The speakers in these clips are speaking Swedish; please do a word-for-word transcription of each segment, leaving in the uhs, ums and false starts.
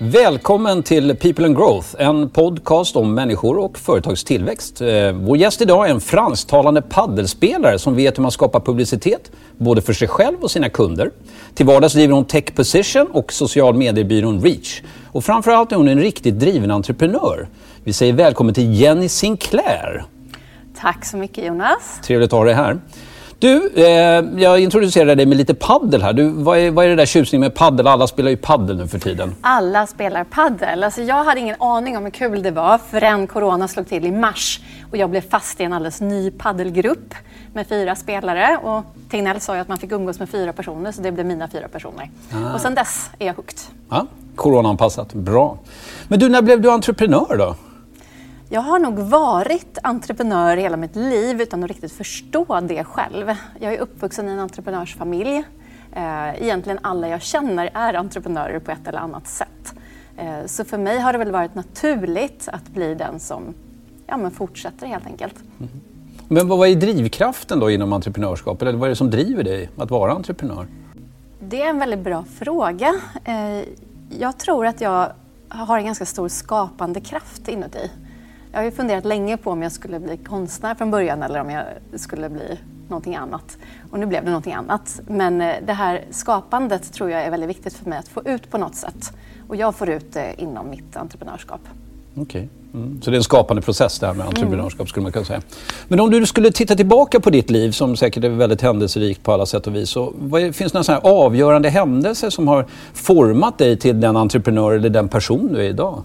Välkommen till People and Growth, en podcast om människor och företagstillväxt. Vår gäst idag är en fransktalande paddelspelare som vet hur man skapar publicitet både för sig själv och sina kunder. Till vardags driver hon Tech Position och social mediebyrån Reach. Och framförallt är hon en riktigt driven entreprenör. Vi säger välkommen till Jenny Sinclair. Tack så mycket, Jonas. Trevligt att ha dig här. Du, eh, jag introducerade dig med lite paddel här. Du, vad, är, vad är det där tjusningen med paddel? Alla spelar ju paddel nu för tiden. Alla spelar paddel. Alltså jag hade ingen aning om hur kul det var förrän corona slog till i mars. Och jag blev fast i en alldeles ny paddelgrupp med fyra spelare. Och Tegnell sa ju att man fick umgås med fyra personer, så det blev mina fyra personer. Ah. Och sen dess är jag hooked. Ja, coronaanpassat. Bra. Men du, när blev du entreprenör då? Jag har nog varit entreprenör hela mitt liv utan att riktigt förstå det själv. Jag är uppvuxen i en entreprenörsfamilj. Egentligen alla jag känner är entreprenörer på ett eller annat sätt. Så för mig har det väl varit naturligt att bli den som ja, men fortsätter helt enkelt. Mm. Men vad är drivkraften då inom entreprenörskap? Eller vad är det som driver dig att vara entreprenör? Det är en väldigt bra fråga. Jag tror att jag har en ganska stor skapande kraft inuti. Jag har ju funderat länge på om jag skulle bli konstnär från början eller om jag skulle bli någonting annat. Och nu blev det någonting annat. Men det här skapandet tror jag är väldigt viktigt för mig att få ut på något sätt. Och jag får ut det inom mitt entreprenörskap. Okej. Okay. Mm. Så det är en skapande process där med entreprenörskap mm. skulle man kunna säga. Men om du skulle titta tillbaka på ditt liv som säkert är väldigt händelserikt på alla sätt och vis. Så vad är, finns det några sådana här avgörande händelser som har format dig till den entreprenör eller den person du är idag?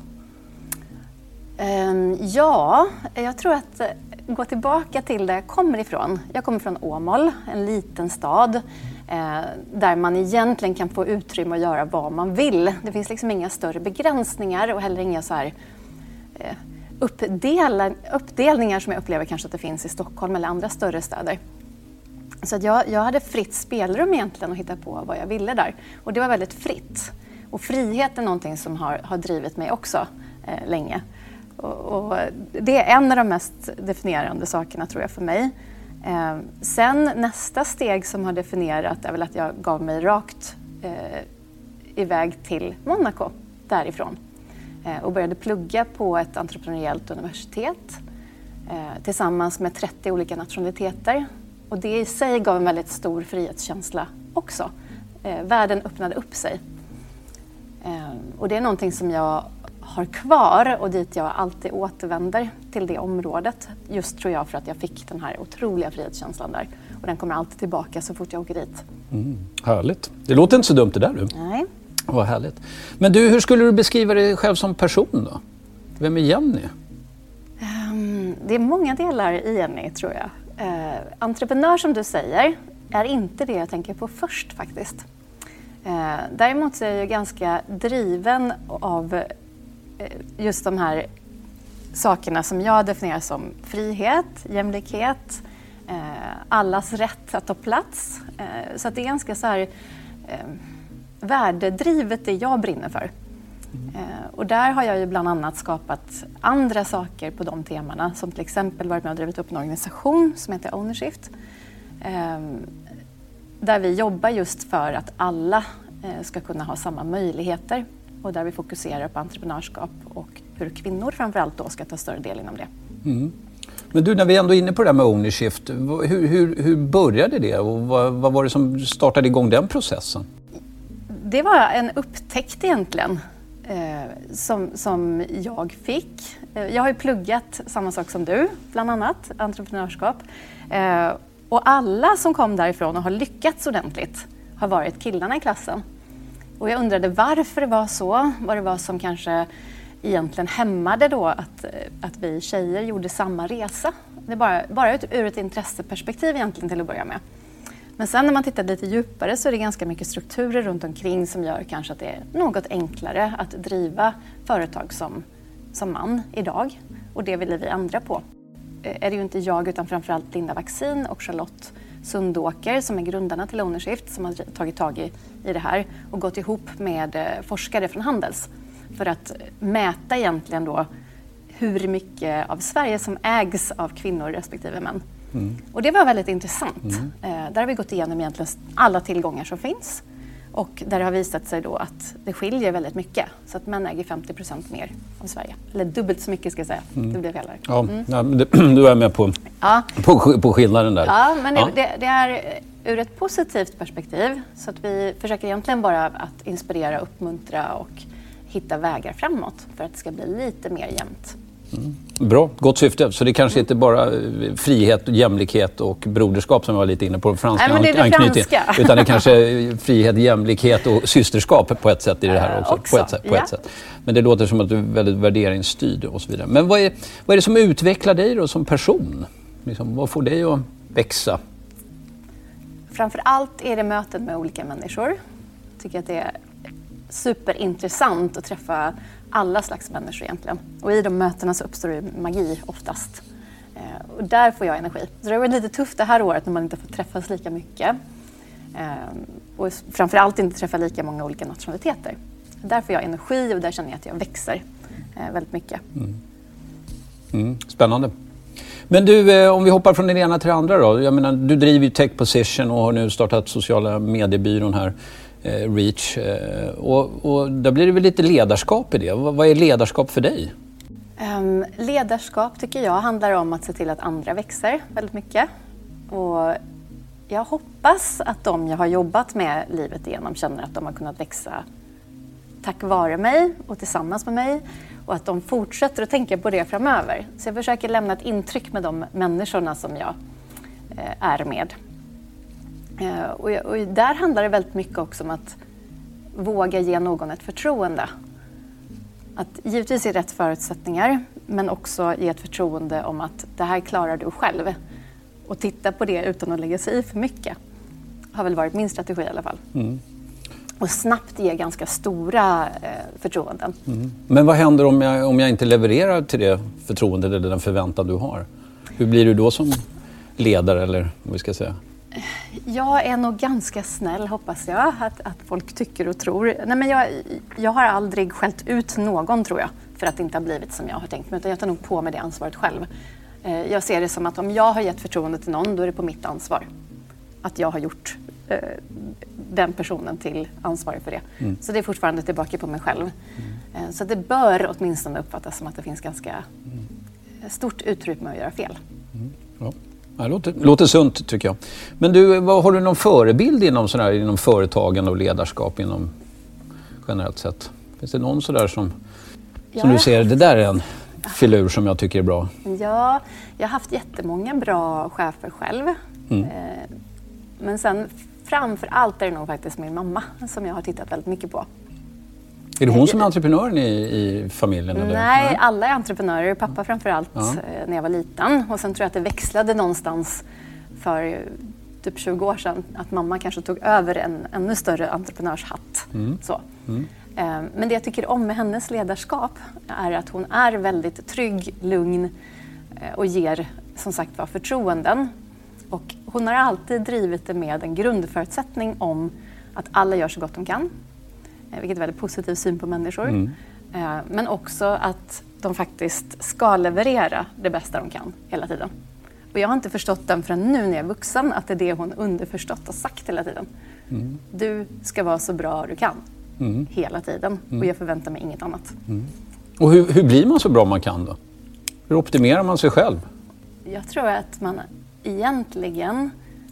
Um, ja, jag tror att gå tillbaka till där jag kommer ifrån. Jag kommer från Åmål, en liten stad eh, där man egentligen kan få utrymme att göra vad man vill. Det finns liksom inga större begränsningar och heller inga så här, eh, uppdel- uppdelningar som jag upplever kanske att det finns i Stockholm eller andra större städer. Så att jag, jag hade fritt spelrum egentligen att hitta på vad jag ville där. Och det var väldigt fritt. Och frihet är någonting som har, har drivit mig också eh, länge. Och det är en av de mest definierande sakerna tror jag för mig. Eh, sen nästa steg som har definierat är väl att jag gav mig rakt eh, iväg till Monaco därifrån. Eh, och började plugga på ett entreprenöriellt universitet eh, tillsammans med trettio olika nationaliteter. Och det i sig gav en väldigt stor frihetskänsla också. Eh, världen öppnade upp sig. Eh, och det är någonting som jag har kvar och dit jag alltid återvänder till det området. Just tror jag för att jag fick den här otroliga frihetskänslan där. Och den kommer alltid tillbaka så fort jag åker dit. Mm, härligt. Det låter inte så dumt det där du. Nej. Vad härligt. Men du, hur skulle du beskriva dig själv som person då? Vem är Jenny? Um, det är många delar i Jenny tror jag. Uh, entreprenör som du säger är inte det jag tänker på först faktiskt. Uh, däremot så är jag ganska driven av just de här sakerna som jag definierar som frihet, jämlikhet, eh, allas rätt att ta plats. Eh, så att det är ganska så här eh, värdedrivet det jag brinner för. Eh, och där har jag ju bland annat skapat andra saker på de temana, som till exempel varit med och drivit upp en organisation som heter Ownershift. Eh, där vi jobbar just för att alla eh, ska kunna ha samma möjligheter. Och där vi fokuserar på entreprenörskap och hur kvinnor framförallt då ska ta större del inom det. Mm. Men du, när vi ändå är inne på det här med Ownershift, hur, hur, hur började det och vad, vad var det som startade igång den processen? Det var en upptäckt egentligen eh, som, som jag fick. Jag har ju pluggat samma sak som du, bland annat entreprenörskap. Eh, och alla som kom därifrån och har lyckats ordentligt har varit killarna i klassen. Och jag undrade varför det var så, vad det var som kanske egentligen hämmade då att, att vi tjejer gjorde samma resa. Det är bara, bara ut, ur ett intresseperspektiv egentligen till att börja med. Men sen när man tittar lite djupare så är det ganska mycket strukturer runt omkring som gör kanske att det är något enklare att driva företag som, som man idag. Och det ville vi ändra på. Är det ju inte jag utan framförallt Linda Vaccin och Charlotte Sundåker som är grundarna till Ownershift som har tagit tag i, i det här och gått ihop med forskare från Handels för att mäta egentligen då hur mycket av Sverige som ägs av kvinnor respektive män. Mm. Och det var väldigt intressant. Mm. Eh, där har vi gått igenom egentligen alla tillgångar som finns Och där det har visat sig då att det skiljer väldigt mycket. Så att män äger femtio procent mer av Sverige. Eller dubbelt så mycket ska jag säga. Mm. Det blir fel här. Ja, mm. ja, det, du är med på, ja. på, på skillnaden där. Ja, men ja. Det, det är ur ett positivt perspektiv. Så att vi försöker egentligen bara att inspirera, uppmuntra och hitta vägar framåt. För att det ska bli lite mer jämnt. Mm. Bra, gott syfte. Så det kanske inte bara frihet, jämlikhet och broderskap som jag var lite inne på den franska Nej, men det är det anknytningen. Franska. Utan det kanske är frihet, jämlikhet och systerskap på ett sätt i det här också. också. På ett sätt, på ja. ett sätt. Men det låter som att du är väldigt värderingsstyrd och så vidare. Men vad är, vad är det som utvecklar dig då som person? Liksom, vad får dig att växa? Framför allt är det mötet med olika människor. Jag tycker att det är superintressant att träffa alla slags människor egentligen. Och i de mötena så uppstår det magi oftast. Eh, och där får jag energi. Så det har varit lite tufft det här året när man inte får träffas lika mycket. Eh, och framförallt inte träffa lika många olika nationaliteter. Där får jag energi och där känner jag att jag växer eh, väldigt mycket. Mm. Mm, spännande. Men du, eh, om vi hoppar från det ena till det andra då. Jag menar, du driver ju Tech Position och har nu startat sociala mediebyrån här. Reach. Och, och där blir det väl lite ledarskap i det. Vad är ledarskap för dig? Um, ledarskap tycker jag handlar om att se till att andra växer väldigt mycket. Och jag hoppas att de jag har jobbat med livet igenom känner att de har kunnat växa tack vare mig och tillsammans med mig. Och att de fortsätter att tänka på det framöver. Så jag försöker lämna ett intryck med de människorna som jag eh, är med. Uh, och, och där handlar det väldigt mycket också om att våga ge någon ett förtroende. Att givetvis i rätt förutsättningar, men också ge ett förtroende om att det här klarar du själv. Och titta på det utan att lägga sig i för mycket. Har väl varit min strategi i alla fall. Mm. Och snabbt ge ganska stora eh, förtroenden. Mm. Men vad händer om jag, om jag inte levererar till det förtroendet eller den förväntan du har? Hur blir du då som ledare eller vad vi ska säga? Jag är nog ganska snäll, hoppas jag, att, att folk tycker och tror. Nej, men jag, jag har aldrig skällt ut någon, tror jag, för att det inte har blivit som jag har tänkt mig. Utan jag tar nog på mig det ansvaret själv. Eh, jag ser det som att om jag har gett förtroende till någon, då är det på mitt ansvar. Att jag har gjort eh, den personen till ansvarig för det. Mm. Så det är fortfarande tillbaka på mig själv. Mm. Eh, så det bör åtminstone uppfattas som att det finns ganska mm. stort utrymme att göra fel. Mm. Ja. Det låter, låter sunt tycker jag. Men du, vad, har du någon förebild inom, sådär, inom företagande och ledarskap inom generellt sett? Finns det någon sådär som, ja, som du ser, det där är en filur som jag tycker är bra? Ja, jag har haft jättemånga bra chefer själv. Mm. Eh, men sen framför allt är det nog faktiskt min mamma som jag har tittat väldigt mycket på. Är det hon som är entreprenören i, i familjen? Eller? Nej, Nej, alla är entreprenörer. Pappa framförallt ja. när jag var liten. Och sen tror jag att det växlade någonstans för typ tjugo år sedan. Att mamma kanske tog över en ännu större entreprenörshatt. Mm. Så. Mm. Men det jag tycker om med hennes ledarskap är att hon är väldigt trygg, lugn och ger som sagt var förtroenden. Och hon har alltid drivit det med en grundförutsättning om att alla gör så gott de kan. Vilket är väldigt positiv syn på människor. Mm. Men också att de faktiskt ska leverera det bästa de kan hela tiden. Och jag har inte förstått den förrän nu när jag är vuxen att det är det hon underförstått har sagt hela tiden. Mm. Du ska vara så bra du kan. Mm. Hela tiden. Mm. Och jag förväntar mig inget annat. Mm. Och hur, hur blir man så bra man kan då? Hur optimerar man sig själv? Jag tror att man egentligen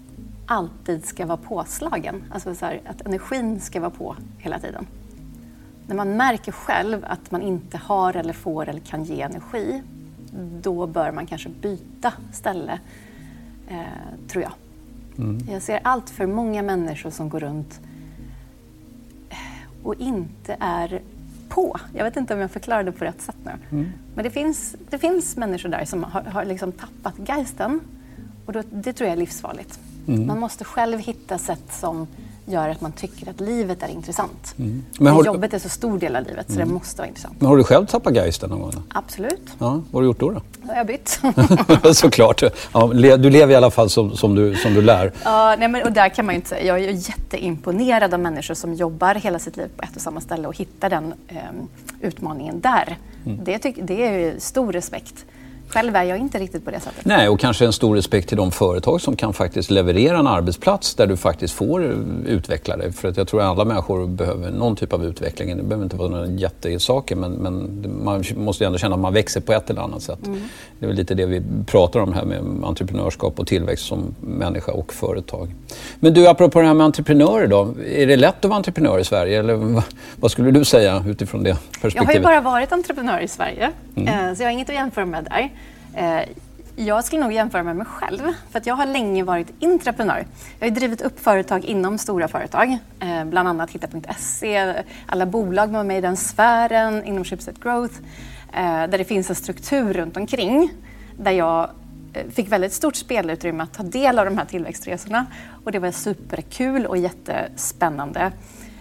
alltid ska vara påslagen. Alltså så här, att energin ska vara på hela tiden. När man märker själv att man inte har eller får eller kan ge energi, då bör man kanske byta ställe, eh, tror jag. Mm. Jag ser allt för många människor som går runt och inte är på. Jag vet inte om jag förklarar det på rätt sätt nu. Mm. Men det finns, det finns människor där som har, har liksom tappat geisten. Och då, det tror jag är livsfarligt. Mm. Man måste själv hitta sätt som gör att man tycker att livet är intressant. Mm. Men har jobbet är så stor del av livet så mm. det måste vara intressant. Men har du själv tappat geisten någon gång? Absolut. Ja, vad har du gjort då? Då, då har jag bytt. Såklart. Ja, du lever i alla fall som, som, du, som du lär. Ja, nej, men, och där kan man ju inte säga. Jag är ju jätteimponerad av människor som jobbar hela sitt liv på ett och samma ställe och hittar den eh, utmaningen där. Mm. Det, tyck, det är ju stor respekt. Själv är jag inte riktigt på det sättet. Nej, och kanske en stor respekt till de företag som kan faktiskt leverera en arbetsplats där du faktiskt får utveckla dig. För att jag tror att alla människor behöver någon typ av utveckling. Det behöver inte vara några jättesaker, men, men man måste ju ändå känna att man växer på ett eller annat sätt. Mm. Det är väl lite det vi pratar om här med entreprenörskap och tillväxt som människa och företag. Men du, apropå det här med entreprenörer då. Är det lätt att vara entreprenör i Sverige? Eller vad skulle du säga utifrån det perspektivet? Jag har ju bara varit entreprenör i Sverige, mm. så jag har inget att jämföra med där. Jag skulle nog jämföra med mig själv, för att jag har länge varit intraprenör. Jag har drivit upp företag inom stora företag, bland annat hitta punkt se, alla bolag med mig i den sfären, inom Schibsted Growth, där det finns en struktur runt omkring, där jag fick väldigt stort spelutrymme att ta del av de här tillväxtresorna, och det var superkul och jättespännande.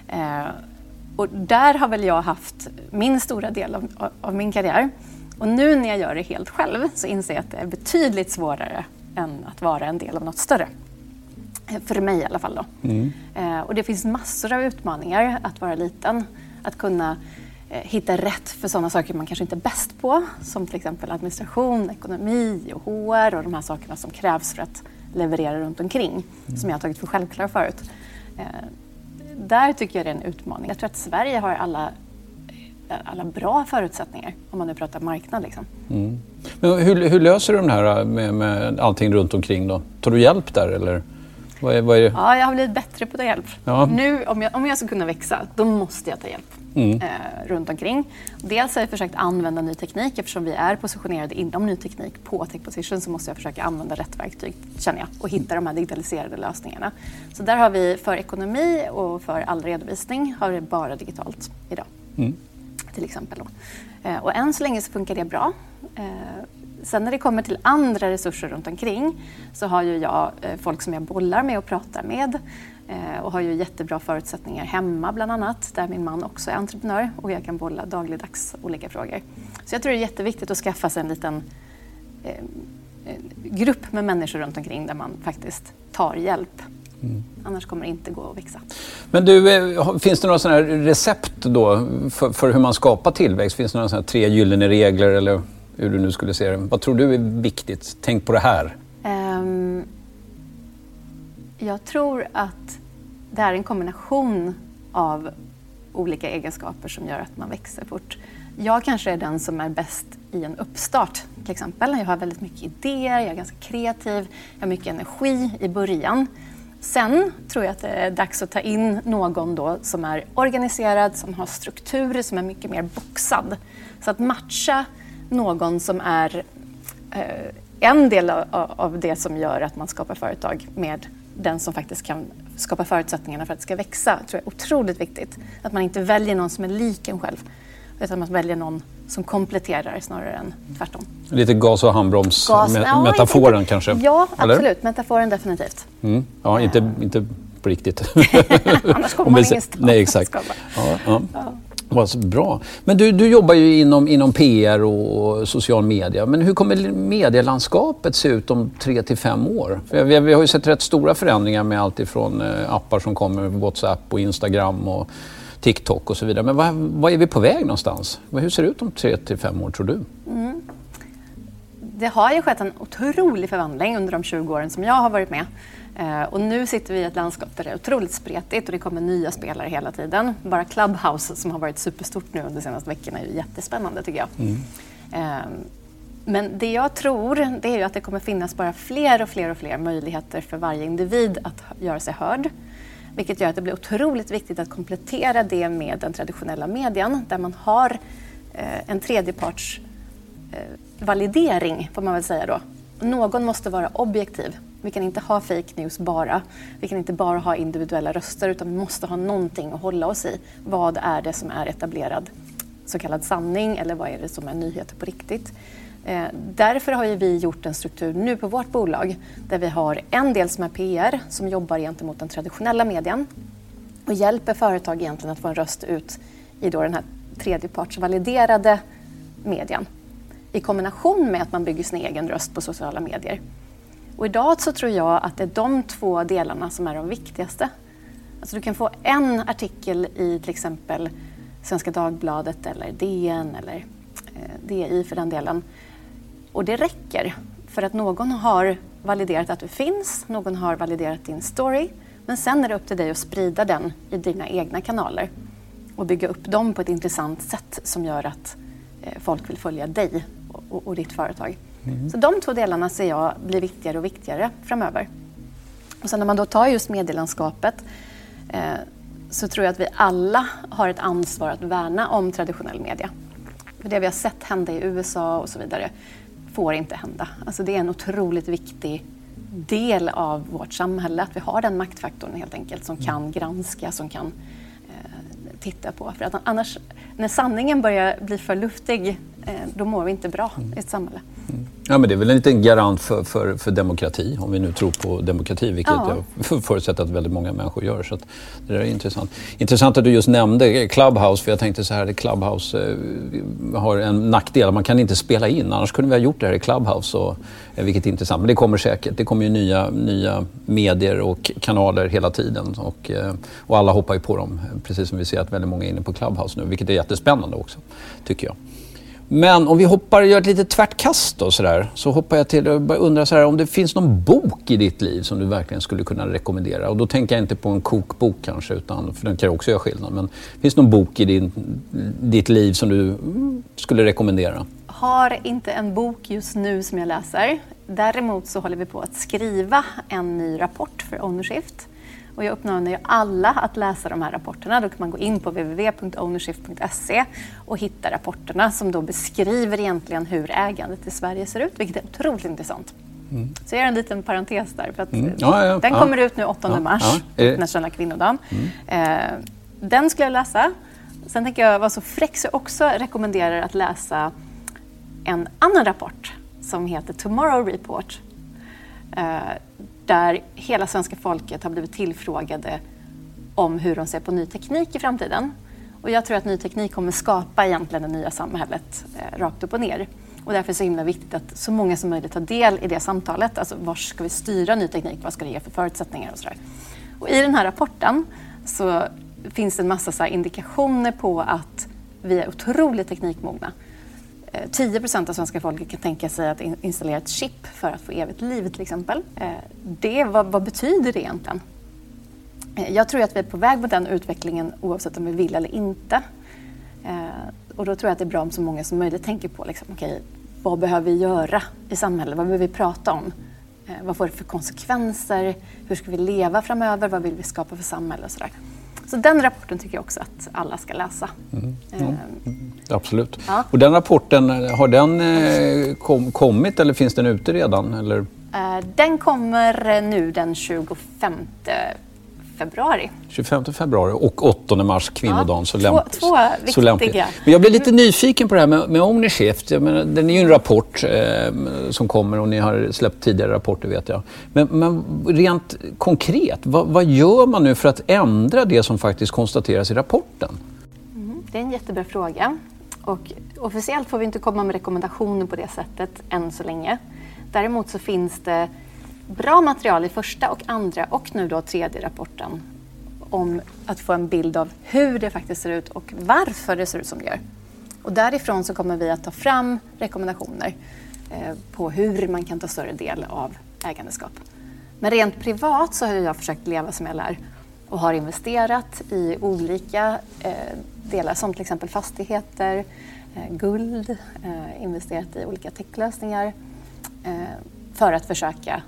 Och där har väl jag haft min stora del av, av min karriär. Och nu när jag gör det helt själv så inser jag att det är betydligt svårare än att vara en del av något större. För mig i alla fall då. Mm. Eh, och det finns massor av utmaningar att vara liten. Att kunna eh, hitta rätt för sådana saker man kanske inte är bäst på. Som till exempel administration, ekonomi och H R och de här sakerna som krävs för att leverera runt omkring. Mm. Som jag har tagit för självklara förut. Eh, där tycker jag det är en utmaning. Jag tror att Sverige har alla alla bra förutsättningar, om man nu pratar marknad. Liksom. Mm. Men hur, hur löser du det här med, med allting runt omkring då? Tar du hjälp där eller? Vad är, vad är det? Ja, jag har blivit bättre på att ta hjälp. Ja. Nu, om jag, om jag ska kunna växa, då måste jag ta hjälp mm. eh, runt omkring. Dels har jag försökt använda ny teknik, eftersom vi är positionerade inom ny teknik på Tech Position, så måste jag försöka använda rätt verktyg, känner jag, och hitta de här digitaliserade lösningarna. Så där har vi för ekonomi och för all redovisning har vi bara digitalt idag. Mm. Till exempel då. Eh, och än så länge så funkar det bra. Eh, sen när det kommer till andra resurser runt omkring så har ju jag eh, folk som jag bollar med och pratar med eh, och har ju jättebra förutsättningar hemma bland annat, där min man också är entreprenör och jag kan bolla dagligdags olika frågor. Så jag tror det är jätteviktigt att skaffa sig en liten eh, grupp med människor runt omkring där man faktiskt tar hjälp. Mm. Annars kommer det inte gå att växa. Men du, finns det några sådana här recept då för, för hur man skapar tillväxt? Finns det några sådana här tre gyllene regler eller hur du nu skulle se det? Vad tror du är viktigt? Tänk på det här. Um, jag tror att det är en kombination av olika egenskaper som gör att man växer fort. Jag kanske är den som är bäst i en uppstart till exempel. Jag har väldigt mycket idéer, jag är ganska kreativ, jag har mycket energi i början. Sen tror jag att det är dags att ta in någon då som är organiserad, som har strukturer, som är mycket mer boxad. Så att matcha någon som är eh, en del av, av det som gör att man skapar företag med den som faktiskt kan skapa förutsättningarna för att det ska växa, tror jag är otroligt viktigt. Att man inte väljer någon som är lik en själv, utan man väljer någon som kompletterar snarare än tvärtom. Lite gas- och handbroms gas, me- ja, metaforen inte, kanske? Ja, absolut. Eller? Metaforen definitivt. Mm. Ja, inte, uh. inte på riktigt. Annars kommer man ingenstans. Nej, exakt. Ja, ja. Ja. Vad bra. Men du, du jobbar ju inom, inom P R och social media. Men hur kommer medielandskapet se ut om tre till fem år? För vi, vi har ju sett rätt stora förändringar med allt ifrån appar som kommer, WhatsApp och Instagram och TikTok och så vidare. Men vad, vad är vi på väg någonstans? Hur ser det ut om tre till fem år, tror du? Mm. Det har ju skett en otrolig förvandling under de tjugo åren som jag har varit med. Eh, och nu sitter vi i ett landskap där det är otroligt spretigt och det kommer nya spelare hela tiden. Bara Clubhouse som har varit superstort nu under de senaste veckorna är ju jättespännande tycker jag. Mm. Eh, men det jag tror, det är ju att det kommer finnas bara fler och fler och fler möjligheter för varje individ att göra sig hörd. Vilket gör att det blir otroligt viktigt att komplettera det med den traditionella medien där man har eh, en tredjeparts eh, validering, får man väl säga då. Någon måste vara objektiv. Vi kan inte ha fake news bara. Vi kan inte bara ha individuella röster, utan vi måste ha någonting att hålla oss i. Vad är det som är etablerad så kallad sanning, eller vad är det som är nyheter på riktigt? Eh, därför har ju vi gjort en struktur nu på vårt bolag där vi har en del som är P R som jobbar gentemot den traditionella medien och hjälper företag egentligen att få en röst ut i då den här tredjepartsvaliderade medien i kombination med att man bygger sin egen röst på sociala medier. Och idag så tror jag att det är de två delarna som är de viktigaste. Alltså du kan få en artikel i till exempel Svenska Dagbladet eller D N eller eh, D I för den delen Och det räcker för att någon har validerat att du finns, någon har validerat din story, men sen är det upp till dig att sprida den i dina egna kanaler och bygga upp dem på ett intressant sätt som gör att eh, folk vill följa dig och, och, och ditt företag. Mm. Så de två delarna ser jag blir viktigare och viktigare framöver. Och sen när man då tar just medielandskapet eh, så tror jag att vi alla har ett ansvar att värna om traditionell media. För det vi har sett hända i U S A och så vidare får inte hända. Alltså det är en otroligt viktig del av vårt samhälle att vi har den maktfaktorn helt enkelt som kan granska, som kan eh, titta på. För att annars, när sanningen börjar bli för luftig, eh, då mår vi inte bra mm. i ett samhälle. Mm. Ja, men det är väl en liten garant för, för, för demokrati, om vi nu tror på demokrati, vilket ja. jag förutsätter att väldigt många människor gör. Så att det är intressant. Intressant att du just nämnde Clubhouse, för jag tänkte så här, att Clubhouse eh, har en nackdel. Man kan inte spela in, annars kunde vi ha gjort det här i Clubhouse, och, eh, vilket är intressant. Men det kommer säkert. Det kommer ju nya, nya medier och kanaler hela tiden, och, eh, och alla hoppar ju på dem, precis som vi ser att väldigt många är inne på Clubhouse nu, vilket är jättespännande också, tycker jag. Men om vi hoppar och gör ett litet tvärtkast då, så, där, så hoppar jag till och undrar så här, om det finns någon bok i ditt liv som du verkligen skulle kunna rekommendera. Och då tänker jag inte på en kokbok kanske, utan, för den kan ju också göra skillnad. Men finns det någon bok i din, ditt liv som du skulle rekommendera? Har inte en bok just nu som jag läser. Däremot så håller vi på att skriva en ny rapport för Ownershift. Och jag uppmanar alla att läsa de här rapporterna. Då kan man gå in på w w w punkt ownershift punkt se och hitta rapporterna som då beskriver egentligen hur ägandet i Sverige ser ut, vilket är otroligt intressant. Mm. Så jag gör en liten parentes där, för att mm. ja, ja, den ja. kommer ut nu åttonde mars, ja, ja. Nationella kvinnodagen. Mm. Eh, den skulle jag läsa. Sen tänker jag vara så fräck så också rekommenderar att läsa en annan rapport som heter Tomorrow Report. Eh, där hela svenska folket har blivit tillfrågade om hur de ser på ny teknik i framtiden. Och jag tror att ny teknik kommer skapa egentligen det nya samhället eh, rakt upp och ner. Och därför är det så himla viktigt att så många som möjligt tar del i det samtalet. Alltså var ska vi styra ny teknik, vad ska det ge för förutsättningar och sådär. Och i den här rapporten så finns det en massa så här indikationer på att vi är otroligt teknikmogna. tio procent av svenska folket kan tänka sig att installera ett chip för att få evigt liv till exempel. Det, vad, vad betyder det egentligen? Jag tror att vi är på väg mot den utvecklingen oavsett om vi vill eller inte. Och då tror jag att det är bra om så många som möjligt tänker på liksom, okay, vad behöver vi göra i samhället? Vad behöver vi prata om? Vad får det för konsekvenser? Hur ska vi leva framöver? Vad vill vi skapa för samhälle och sådär? Så den rapporten tycker jag också att alla ska läsa. Mm. Ja, mm. Absolut. Ja. Och den rapporten, har den eh, kom, kommit eller finns den ute redan? Eller? Eh, den kommer nu den tjugofemte februari. tjugofemte februari och åttonde mars, kvinnodagen. Ja, så två, lämp- två viktiga. Så lämpligt. Men jag blir lite nyfiken på det här med, med Ownershift. Jag menar, den är ju en rapport eh, som kommer, och ni har släppt tidigare rapporter, vet jag. Men, men rent konkret, vad, vad gör man nu för att ändra det som faktiskt konstateras i rapporten? Mm, det är en jättebra fråga. Och officiellt får vi inte komma med rekommendationer på det sättet än så länge. Däremot så finns det bra material i första och andra och nu då tredje rapporten om att få en bild av hur det faktiskt ser ut och varför det ser ut som det gör. Och därifrån så kommer vi att ta fram rekommendationer eh, på hur man kan ta större del av ägandeskap. Men rent privat så har jag försökt leva som jag lär och har investerat i olika eh, delar som till exempel fastigheter, eh, guld, eh, investerat i olika techlösningar eh, för att försöka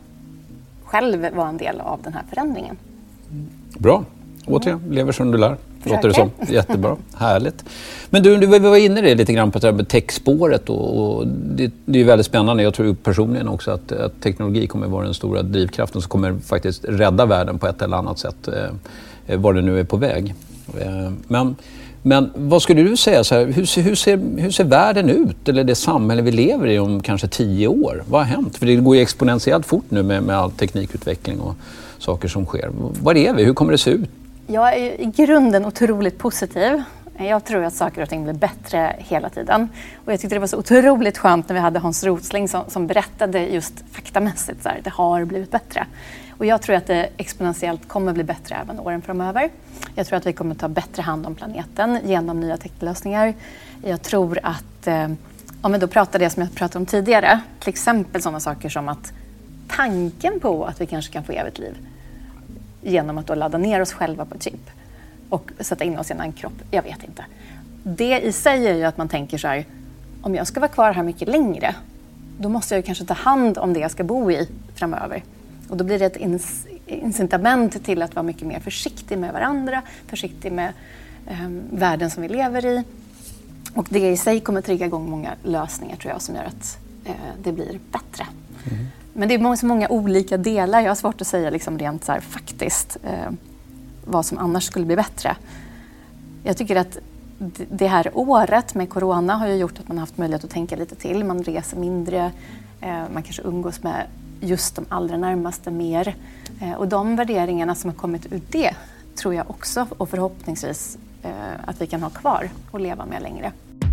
själv vara en del av den här förändringen. Bra. Återigen, mm. lever som du lär. Låter det som. Jättebra. Härligt. Men du, du var inne i det lite grann på det här med techspåret. Och, och det, det är väldigt spännande. Jag tror personligen också att, att teknologi kommer vara den stora drivkraften som kommer faktiskt rädda världen på ett eller annat sätt. Eh, var det nu är på väg. Eh, men, men vad skulle du säga? Så här, hur, ser, hur, ser, hur ser världen ut? Eller det samhälle vi lever i om kanske tio år? Vad har hänt? För det går ju exponentiellt fort nu med, med all teknikutveckling och saker som sker. Var är vi? Hur kommer det se ut? Jag är i grunden otroligt positiv. Jag tror att saker och ting blir bättre hela tiden. Och jag tyckte det var så otroligt skönt när vi hade Hans Rosling som, som berättade just faktamässigt så här, det har blivit bättre. Och jag tror att det exponentiellt kommer bli bättre även åren framöver. Jag tror att vi kommer ta bättre hand om planeten genom nya tekniklösningar. Jag tror att eh, Ja, men då pratar det som jag pratade om tidigare. Till exempel sådana saker som att tanken på att vi kanske kan få evigt liv genom att då ladda ner oss själva på ett chip och sätta in oss i en annan kropp, jag vet inte. Det i sig är ju att man tänker så här, om jag ska vara kvar här mycket längre, då måste jag ju kanske ta hand om det jag ska bo i framöver. Och då blir det ett ins- incitament till att vara mycket mer försiktig med varandra, försiktig med eh, världen som vi lever i. Och det i sig kommer trigga igång många lösningar tror jag som gör att eh, det blir bättre. Mm. Men det är många, så många olika delar. Jag har svårt att säga liksom rent så här, faktiskt eh, vad som annars skulle bli bättre. Jag tycker att d- det här året med corona har ju gjort att man har haft möjlighet att tänka lite till. Man reser mindre, eh, man kanske umgås med just de allra närmaste mer. Eh, och de värderingarna som har kommit ut det tror jag också och förhoppningsvis eh, att vi kan ha kvar och leva med längre.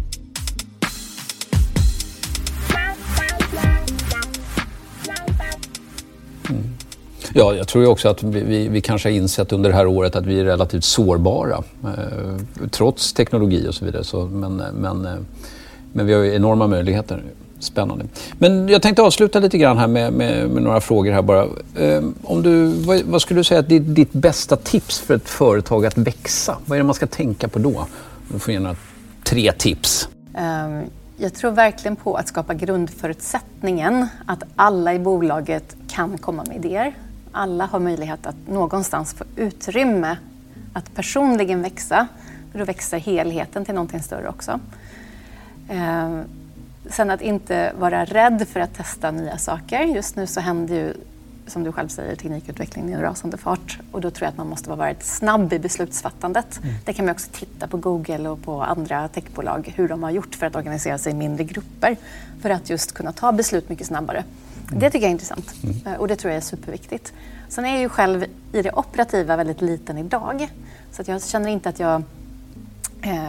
Mm. Ja, jag tror ju också att vi, vi, vi kanske har insett under det här året att vi är relativt sårbara eh, trots teknologi och så vidare. Så, men, men, eh, men vi har ju enorma möjligheter. Spännande. Men jag tänkte avsluta lite grann här med, med, med några frågor här bara. Eh, om du, vad, vad skulle du säga att det är ditt bästa tips för ett företag att växa? Vad är det man ska tänka på då? Du får gärna tre tips. Um, jag tror verkligen på att skapa grundförutsättningen att alla i bolaget kan komma med idéer. Alla har möjlighet att någonstans få utrymme att personligen växa. För då växer helheten till någonting större också. Um, Sen att inte vara rädd för att testa nya saker. Just nu så händer ju, som du själv säger, teknikutveckling i en rasande fart. Och då tror jag att man måste vara väldigt snabb i beslutsfattandet. Mm. Det kan man också titta på Google och på andra techbolag. Hur de har gjort för att organisera sig i mindre grupper. För att just kunna ta beslut mycket snabbare. Mm. Det tycker jag är intressant. Mm. Och det tror jag är superviktigt. Sen är jag ju själv i det operativa väldigt liten idag. Så att jag känner inte att jag... Eh,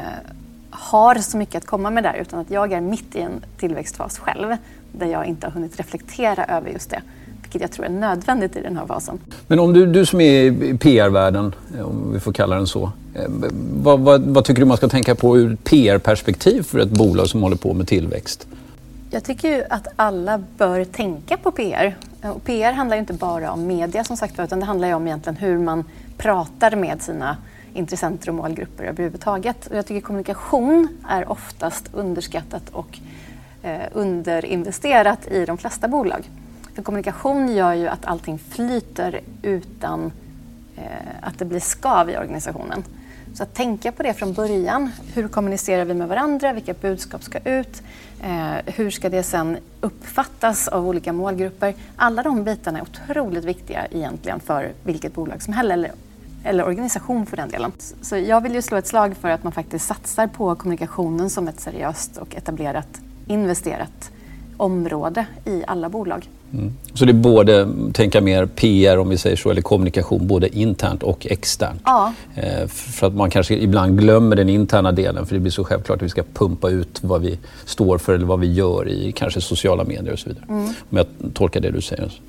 har så mycket att komma med där utan att jag är mitt i en tillväxtfas själv där jag inte har hunnit reflektera över just det, vilket jag tror är nödvändigt i den här fasen. Men om du, du som är i P R-världen, om vi får kalla den så, vad, vad, vad tycker du man ska tänka på ur P R-perspektiv för ett bolag som håller på med tillväxt? Jag tycker ju att alla bör tänka på P R. Och P R handlar ju inte bara om media som sagt, utan det handlar ju om egentligen hur man pratar med sina intressenter och målgrupper överhuvudtaget. Och jag tycker kommunikation är oftast underskattat och eh, underinvesterat i de flesta bolag. För kommunikation gör ju att allting flyter utan eh, att det blir skav i organisationen. Så att tänka på det från början. Hur kommunicerar vi med varandra? Vilka budskap ska ut? Eh, hur ska det sen uppfattas av olika målgrupper? Alla de bitarna är otroligt viktiga egentligen för vilket bolag som helst. Eller Eller organisation för den delen. Så jag vill ju slå ett slag för att man faktiskt satsar på kommunikationen som ett seriöst och etablerat, investerat område i alla bolag. Mm. Så det är både, tänka mer P R om vi säger så, eller kommunikation både internt och externt. Ja. Eh, för att man kanske ibland glömmer den interna delen för det blir så självklart att vi ska pumpa ut vad vi står för eller vad vi gör i kanske sociala medier och så vidare. Mm. Om jag tolkar det du säger.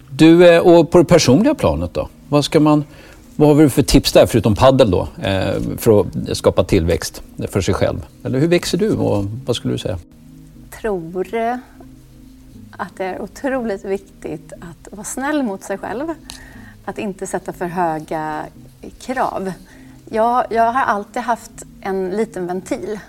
Du, och på det personliga planet då? Vad ska man... Vad har du för tips där, förutom paddel då, för att skapa tillväxt för sig själv? Eller hur växer du och vad skulle du säga? Jag tror att det är otroligt viktigt att vara snäll mot sig själv. Att inte sätta för höga krav. Jag, jag har alltid haft en liten ventil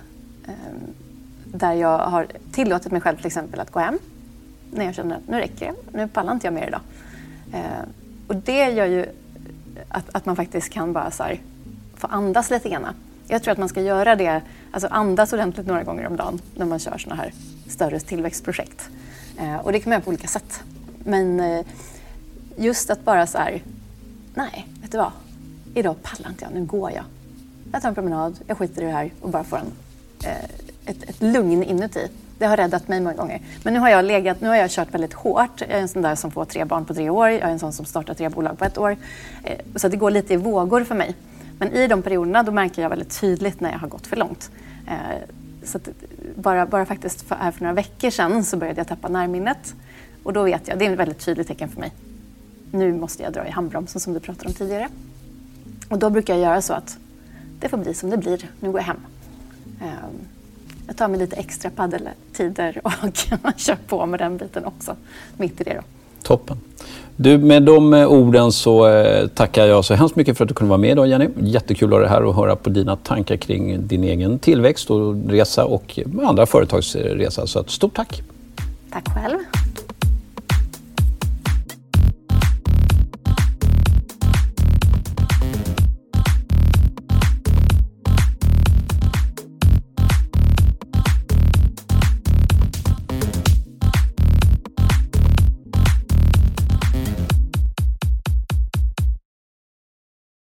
där jag har tillåtit mig själv till exempel att gå hem. När jag känner att nu räcker det, nu pallar inte jag mer idag. Och det gör ju Att, att man faktiskt kan bara så här, få andas lite grann. Jag tror att man ska göra det, alltså andas ordentligt några gånger om dagen när man kör såna här större tillväxtprojekt. Eh, och det kan man göra på olika sätt. Men eh, just att bara så här, nej, vet du vad? Idag pallar inte jag, nu går jag. Jag tar en promenad, jag skiter i det här och bara får en, eh, ett, ett lugn inuti. Det har räddat mig många gånger. Men nu har jag legat, nu har jag kört väldigt hårt. Jag är en sån där som får tre barn på tre år. Jag är en sån som startar tre bolag på ett år. Så det går lite i vågor för mig. Men i de perioderna då märker jag väldigt tydligt när jag har gått för långt. Så att bara, bara faktiskt för, här för några veckor sedan så började jag tappa närminnet. Och då vet jag, det är ett väldigt tydligt tecken för mig. Nu måste jag dra i handbromsen som du pratade om tidigare. Och då brukar jag göra så att det får bli som det blir. Nu går jag hem. jag tar mig lite extra paddeltider och kör på med den biten också, mitt i det då. Toppen. Du, med de orden så eh, tackar jag så hemskt mycket för att du kunde vara med idag, Jenny. Jättekul att ha det här och höra på dina tankar kring din egen tillväxt och resa och andra företagsresa. Så ett stort tack. Tack själv.